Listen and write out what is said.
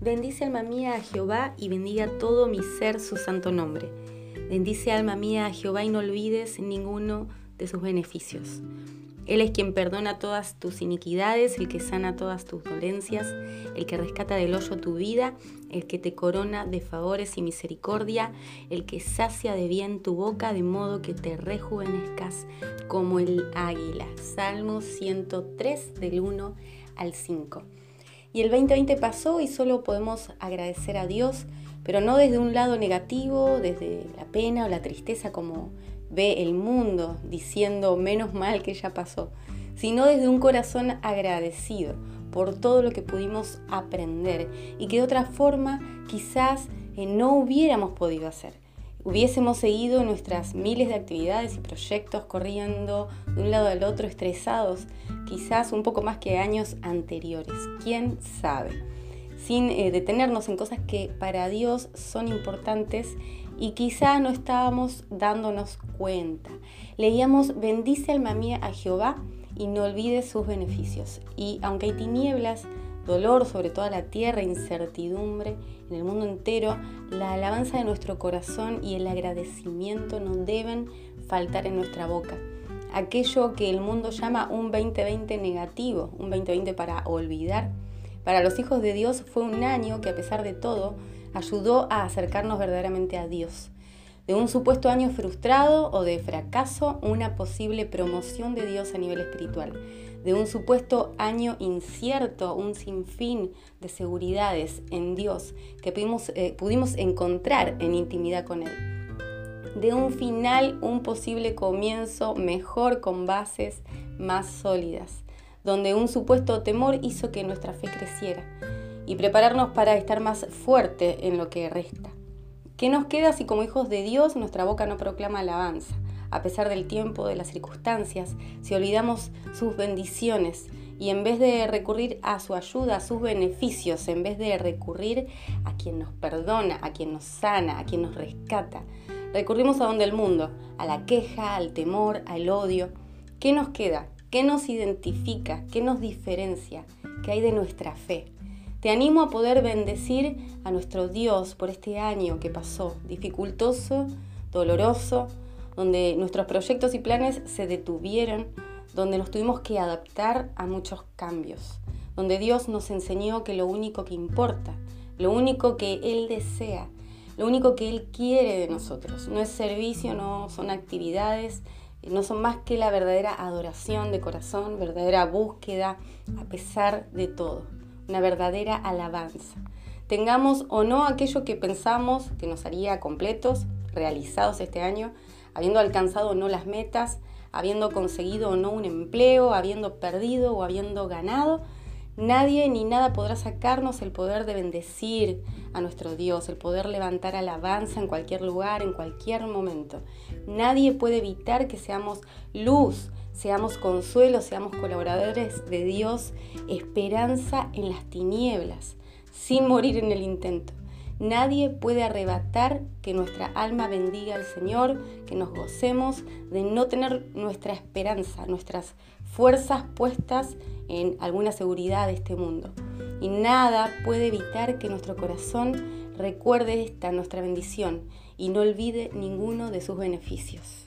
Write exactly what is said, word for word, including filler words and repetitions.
Bendice alma mía a Jehová y bendiga todo mi ser su santo nombre. Bendice alma mía a Jehová y no olvides ninguno de sus beneficios. Él es quien perdona todas tus iniquidades, el que sana todas tus dolencias, el que rescata del hoyo tu vida, el que te corona de favores y misericordia, el que sacia de bien tu boca, de modo que te rejuvenezcas como el águila. Salmo ciento tres, del uno al cinco. Y el veinte veinte pasó y solo podemos agradecer a Dios, pero no desde un lado negativo, desde la pena o la tristeza como ve el mundo, diciendo menos mal que ya pasó, sino desde un corazón agradecido por todo lo que pudimos aprender y que de otra forma quizás eh, no hubiéramos podido hacer. Hubiésemos seguido nuestras miles de actividades y proyectos corriendo de un lado al otro estresados, quizás un poco más que años anteriores, quién sabe, sin eh, detenernos en cosas que para Dios son importantes y quizás no estábamos dándonos cuenta. Leíamos: bendice alma mía a Jehová y no olvides sus beneficios. Y aunque hay tinieblas, dolor sobre toda la tierra, incertidumbre en el mundo entero, la alabanza de nuestro corazón y el agradecimiento no deben faltar en nuestra boca. Aquello que el mundo llama un veinte veinte negativo, un veinte veinte para olvidar, para los hijos de Dios fue un año que, a pesar de todo, ayudó a acercarnos verdaderamente a Dios. De un supuesto año frustrado o de fracaso, una posible promoción de Dios a nivel espiritual. De un supuesto año incierto, un sinfín de seguridades en Dios que pudimos, eh, pudimos encontrar en intimidad con Él. De un final, un posible comienzo mejor con bases más sólidas, donde un supuesto temor hizo que nuestra fe creciera y prepararnos para estar más fuerte en lo que resta. ¿Qué nos queda si como hijos de Dios nuestra boca no proclama alabanza? A pesar del tiempo, de las circunstancias, si olvidamos sus bendiciones y en vez de recurrir a su ayuda, a sus beneficios, en vez de recurrir a quien nos perdona, a quien nos sana, a quien nos rescata, recurrimos a donde el mundo, a la queja, al temor, al odio. ¿Qué nos queda? ¿Qué nos identifica? ¿Qué nos diferencia? ¿Qué hay de nuestra fe? Te animo a poder bendecir a nuestro Dios por este año que pasó, dificultoso, doloroso, donde nuestros proyectos y planes se detuvieron, donde nos tuvimos que adaptar a muchos cambios, donde Dios nos enseñó que lo único que importa, lo único que Él desea, lo único que Él quiere de nosotros, no es servicio, no son actividades, no son más que la verdadera adoración de corazón, verdadera búsqueda a pesar de todo, una verdadera alabanza. Tengamos o no aquello que pensamos que nos haría completos, realizados este año, habiendo alcanzado o no las metas, habiendo conseguido o no un empleo, habiendo perdido o habiendo ganado, nadie ni nada podrá sacarnos el poder de bendecir a nuestro Dios, el poder levantar alabanza en cualquier lugar, en cualquier momento. Nadie puede evitar que seamos luz, seamos consuelo, seamos colaboradores de Dios, esperanza en las tinieblas, sin morir en el intento. Nadie puede arrebatar que nuestra alma bendiga al Señor, que nos gocemos de no tener nuestra esperanza, nuestras fuerzas puestas en alguna seguridad de este mundo. Y nada puede evitar que nuestro corazón recuerde esta nuestra bendición y no olvide ninguno de sus beneficios.